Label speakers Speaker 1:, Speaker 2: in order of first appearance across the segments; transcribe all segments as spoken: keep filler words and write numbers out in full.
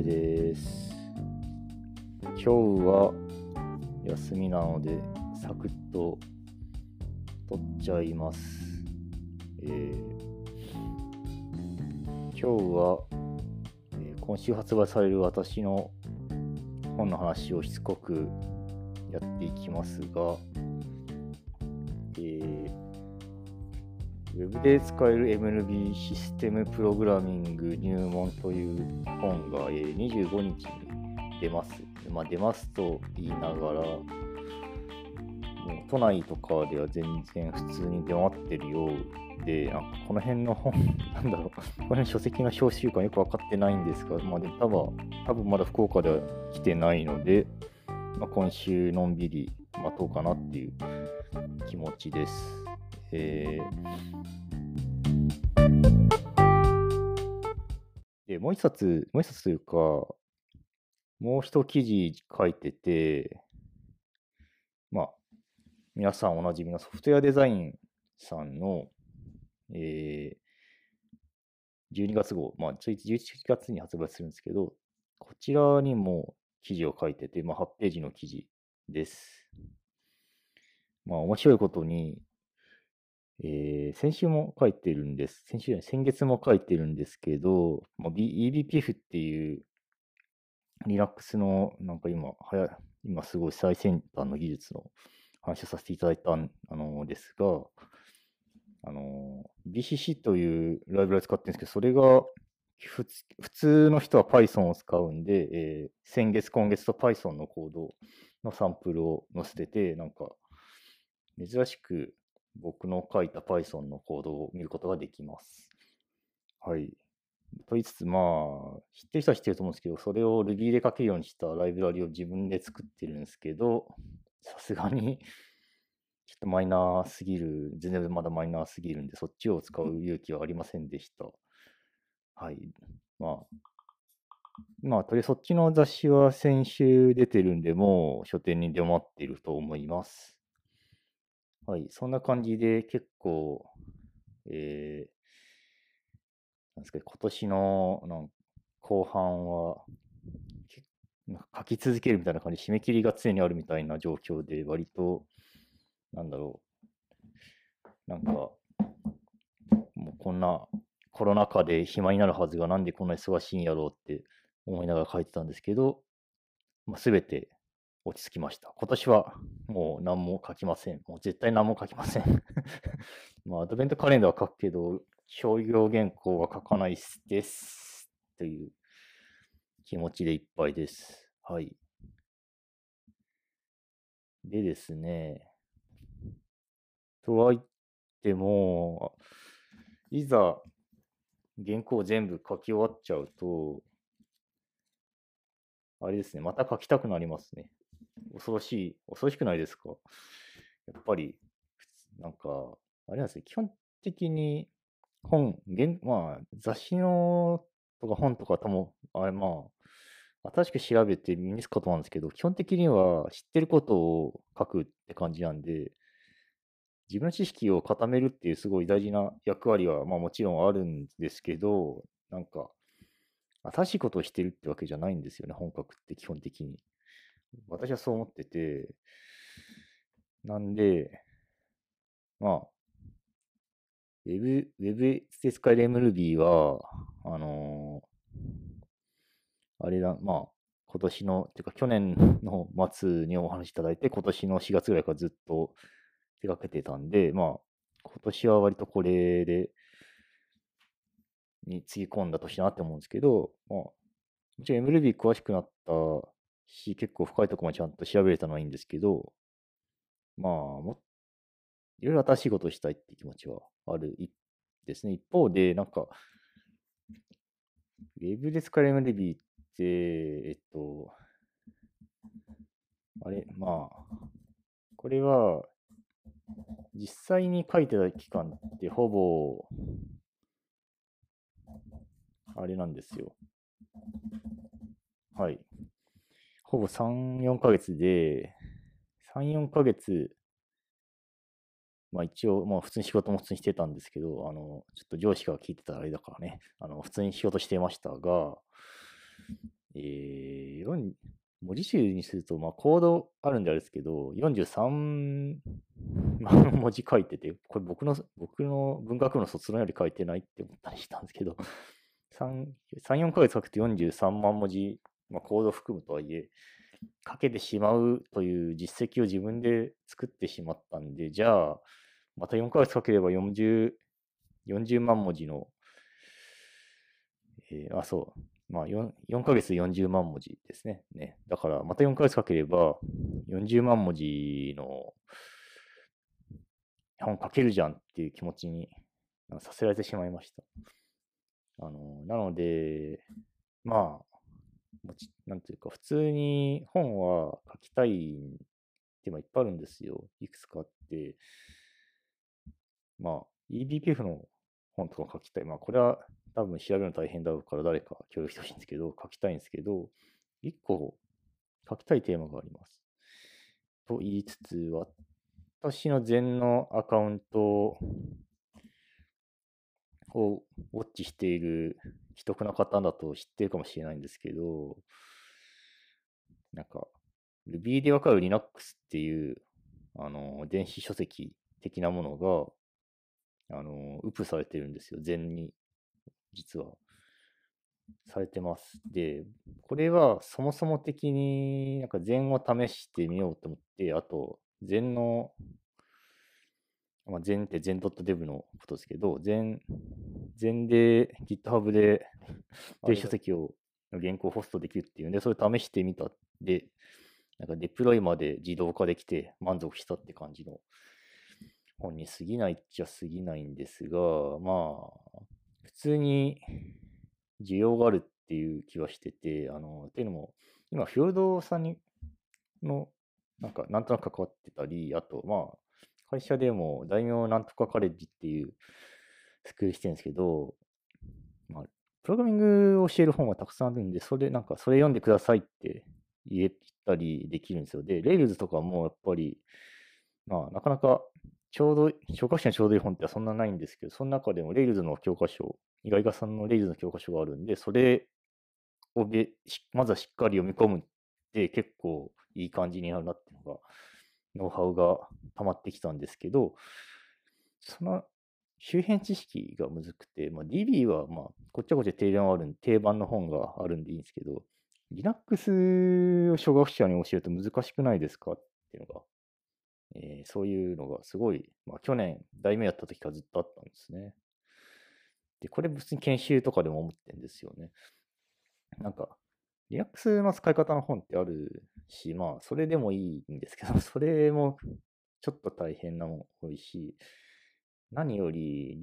Speaker 1: 平です。今日は休みなのでサクッと撮っちゃいます。えー、今日は、えー、今週発売される私の本の話をしつこくやっていきますが、えーウェブで使える エムエルビー システムプログラミング入門という本がにじゅうごにちに出ます。まあ、出ますと言いながら、もう都内とかでは全然普通に出回ってるようで、なんかこの辺の本、なんだろう、この辺書籍の小習慣よく分かってないんですが、まあ、でも多分、多分まだ福岡では来てないので、まあ、今週のんびり待とうかなっていう気持ちです。えーで、もう一冊、もう一冊というか、もう一記事書いてて、まあ、皆さんおなじみのソフトウェアデザインさんの、えー、じゅうにがつ号、まあ、じゅういちがつに発売するんですけど、こちらにも記事を書いてて、まあ、はちページの記事です。まあ、面白いことに、えー、先週も書いてるんです。先週じゃない、先月も書いてるんですけど、まあ、イービーピーエフ っていう Linux のなんか今、はや今すごい最先端の技術の話をさせていただいたんあのですが、あの ビーシーシー というライブラリを使ってるんですけど、それが普通普通の人は Python を使うんで、えー先月、今月と Python のコードのサンプルを載せてて、なんか珍しく僕の書いた Python のコードを見ることができます。はい。と言いつつ、まあ、知ってる人は知ってると思うんですけど、それを Ruby で書けるようにしたライブラリを自分で作ってるんですけど、さすがに、ちょっとマイナーすぎる、全然まだマイナーすぎるんで、そっちを使う勇気はありませんでした。はい。まあ、まあ、とりあえずそっちの雑誌は先週出てるんで、もう書店に出回っていると思います。はい。そんな感じで結構、えー、なんですか、今年のなん後半は、結なんか書き続けるみたいな感じ、締め切りが常にあるみたいな状況で、割と、なんだろう、なんか、もうこんなコロナ禍で暇になるはずが、なんでこんな忙しいんやろうって思いながら書いてたんですけど、まあ、全て落ち着きました。今年はもう何も書きません。もう絶対何も書きません。まあ、アドベントカレンダーは書くけど、商業原稿は書かないです。という気持ちでいっぱいです。はい。でですね、とはいっても、いざ原稿全部書き終わっちゃうと、あれですね、また書きたくなりますね。恐ろしい、恐ろしくないですか？やっぱり、なんか、あれなんですね、基本的に本、原まあ、雑誌のとか本とかとも、あれまあ、新しく調べて身につくことなんですけど、基本的には知ってることを書くって感じなんで、自分の知識を固めるっていうすごい大事な役割は、まあもちろんあるんですけど、なんか、新しいことをしてるってわけじゃないんですよね、本格って基本的に。私はそう思ってて、なんで、まあ、ウェブ、ウェブで使える エムエルビー は、あのーあれだ、まあ、今年の、てか去年の末にお話しいただいて、今年のしがつぐらいからずっと手掛けてたんで、まあ、今年は割とこれで、につぎ込んだ年だなって思うんですけど、まあ、もちろん エムエルビー 詳しくなったし、結構深いところまでちゃんと調べれたのはいいんですけど、まあ、もいろいろ新しいことをしたいっていう気持ちはあるですね。一方で、なんか、ウェブで使える エムエルビー って、えっと、あれ、まあ、これは、実際に書いてた期間ってほぼ、あれなんですよ。はい。ほぼさん、よんかげつで、さん、よんかげつ、まあ一応、まあ普通に仕事も普通にしてたんですけど、あの、ちょっと上司が聞いてたらあれだからね、あの、普通に仕事してましたが、 えー、よん文字数にすると、まあ、コードあるんであれですけど、よんじゅうさん万文字書いてて、これ僕の、僕の文学部の卒論より書いてないって思ったりしたんですけど、さん、さん、よんかげつ書くとよんじゅうさんまん文字、まあ、コード含むとはいえ、書けてしまうという実績を自分で作ってしまったんで、じゃあ、またよんかげつ書ければよんじゅう、よんじゅうまん文字の、えーあ、そう。まあ4、よんかげつでよんじゅうまん文字ですね。ね。だから、またよんかげつかければ、よんじゅうまん文字の本書けるじゃんっていう気持ちにあのさせられてしまいました。あの、なので、まあ、もちなんていうか、普通に本は書きたいっていうのはいっぱいあるんですよ。いくつかあって、まあ、イービーピーエフ の本とか書きたい。まあ、これは多分調べるの大変だろうから誰か協力してほしいんですけど、書きたいんですけど、一個書きたいテーマがあります。と言いつつ、私の禅のアカウントをウォッチしている既得な方だと知ってるかもしれないんですけど、なんか、Ruby でわかる Linux っていう、あの、電子書籍的なものが、あの、ウプされてるんですよ。禅に、実は。されてます。で、これはそもそも的になんか禅を試してみようと思って、あと、禅の、まあ、禅って禅 .dev のことですけど、禅、禅で GitHub で電子書籍を原稿ホストできるっていうんで、それ試してみた。で、なんかデプロイまで自動化できて満足したって感じの本に過ぎないっちゃ過ぎないんですが、まあ、普通に需要があるっていう気はしてて、あの、っていうのも、今、フィヨルドさんにの、なんか、なんとなく関わってたり、あと、まあ、会社でも、大名なんとかカレッジっていうスクールしてるんですけど、まあ、プログラミングを教える本はたくさんあるんで、それ、なんか、それ読んでくださいって言えたりできるんですよ。で、Rails とかもやっぱり、まあ、なかなかちょうど、小学生にちょうどいい本ってそんなないんですけど、その中でも Rails の教科書、伊賀伊賀さんの Rails の教科書があるんで、それをべしまずはしっかり読み込むって結構いい感じになるなっていうのが、ノウハウが溜まってきたんですけど、その周辺知識がむずくて、まあ、ディービー はまあこっちはこっちで定番はあるん定番の本があるんでいいんですけど、Linux を初学者に教えると難しくないですかっていうのが、えーそういうのがすごい、まあ、去年、大名やった時からずっとあったんですね。で、これ別に研修とかでも思ってるんですよね。なんか、Linux の使い方の本ってあるし、まあ、それでもいいんですけど、それもちょっと大変なもん多いし、何より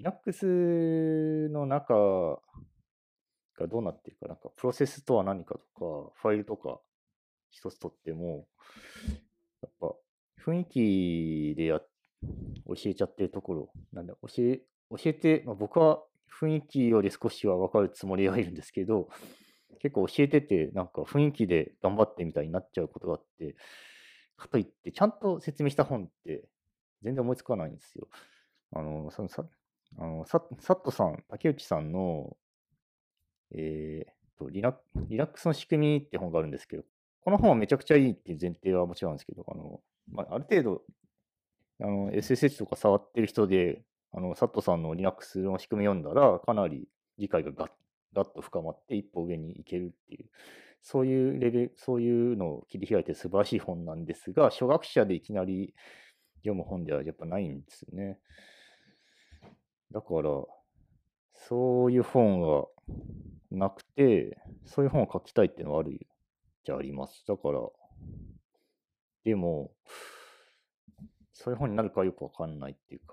Speaker 1: Linux の中がどうなってるか、なんかプロセスとは何かとか、ファイルとか一つとっても、やっぱ雰囲気でや教えちゃってるところ、なんだ、教え、教えて、まあ、僕は雰囲気より少しは分かるつもりはいるんですけど、結構教えてて、なんか雰囲気で頑張ってみたいになっちゃうことがあって、かといって、ちゃんと説明した本って全然思いつかないんですよ。あの、そのさ、あの、さ、サットさん、竹内さんの、えーと、リラ、リラックスの仕組みって本があるんですけど、この本はめちゃくちゃいいっていう前提はもちろんなんですけど、あの、まあ、ある程度、あの、エスエスエイチ とか触ってる人で、あの、サットさんの Linux の仕組み読んだら、かなり理解がガッ、ガッと深まって一歩上に行けるっていう、そういうレベル、そういうのを切り開いて素晴らしい本なんですが、初学者でいきなり読む本ではやっぱないんですよね。だから、そういう本がなくて、そういう本を書きたいっていうのはあるじゃあります。だから、でも、そういう本になるかよくわかんないっていうか、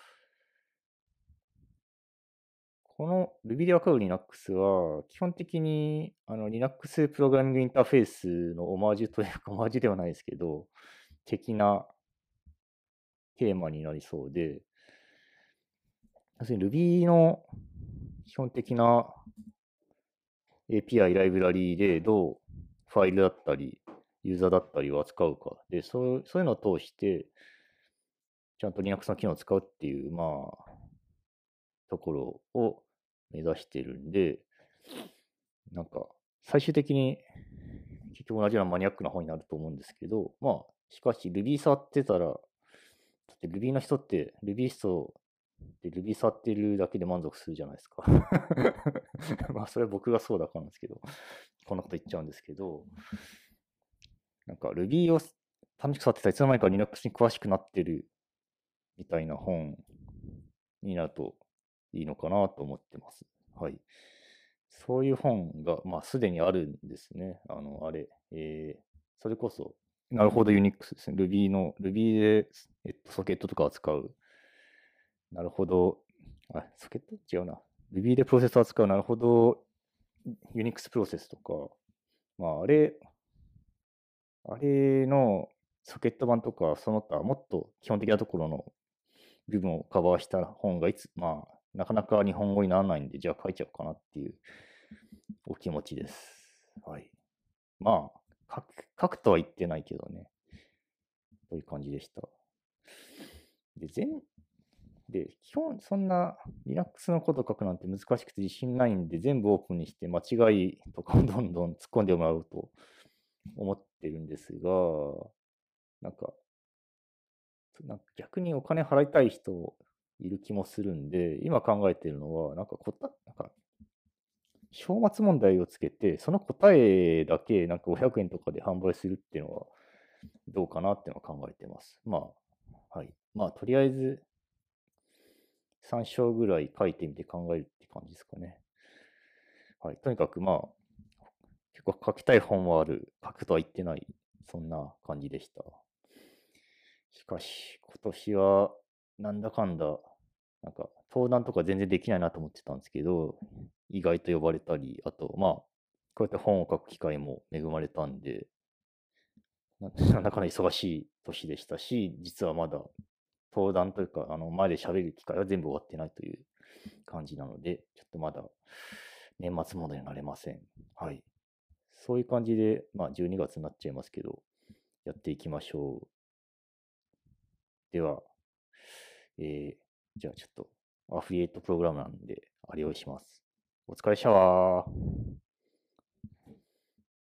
Speaker 1: この Ruby でわかる Linux は、基本的にあの Linux プログラミングインターフェースのオマージュというか、オマージュではないですけど、的なテーマになりそうで、要するに Ruby の基本的な エーピーアイ、ライブラリーでどうファイルだったり、ユーザーだったりを扱うか。で、そうそういうのを通して、ちゃんと Linux の機能を使うっていう、まあ、ところを目指してるんで、なんか、 最終的に結局同じようなマニアックな本になると思うんですけど、まあ、しかし Ruby 触ってたら、だって Ruby の人って Ruby ストで Ruby 触ってるだけで満足するじゃないですか。まあ、それは僕がそうだからなんですけど、こんなこと言っちゃうんですけど、なんか Ruby を楽しく触ってたらいつの間にか Linux に詳しくなってるみたいな本になるといいのかなと思ってます。はい。そういう本が、まあ、すでにあるんですね。あの、あれ、えー、それこそ、なるほど Unix ですね。Ruby の、Ruby で、えっと、ソケットとかを使う。なるほど、あ、ソケット違うな。Ruby でプロセスを扱う。なるほど Unix プロセスとか、まあ、あれ、あれのソケット版とか、その他、もっと基本的なところの部分をカバーした本がいつ、まあ、なかなか日本語にならないんで、じゃあ書いちゃおうかなっていうお気持ちです。はい。まあ、書く、書くとは言ってないけどね。という感じでした。で、全、で、基本そんな Linux のこと書くなんて難しくて自信ないんで、全部オープンにして間違いとかをどんどん突っ込んでもらおうと思ってるんですが、なんか、なんか逆にお金払いたい人いる気もするんで、今考えてるのは、なんか答なんか、章末問題をつけて、その答えだけなんかごひゃくえんとかで販売するっていうのはどうかなっていうのは考えてます。まあ、はい。まあ、とりあえずさん章ぐらい書いてみて考えるって感じですかね。はい。とにかくまあ、結構書きたい本はある。書くとは言ってない。そんな感じでした。しかし、今年は、なんだかんだ、なんか、登壇とか全然できないなと思ってたんですけど、意外と呼ばれたり、あと、まあ、こうやって本を書く機会も恵まれたんで、ななんだかんだ忙しい年でしたし、実はまだ登壇というか、あの、前で喋る機会は全部終わってないという感じなので、ちょっとまだ年末モードになれません。はい。そういう感じで、まあ、じゅうにがつになっちゃいますけど、やっていきましょう。では、えー、じゃあちょっとアフィリエイトプログラムなんで、あれをします。お疲れっしたわー。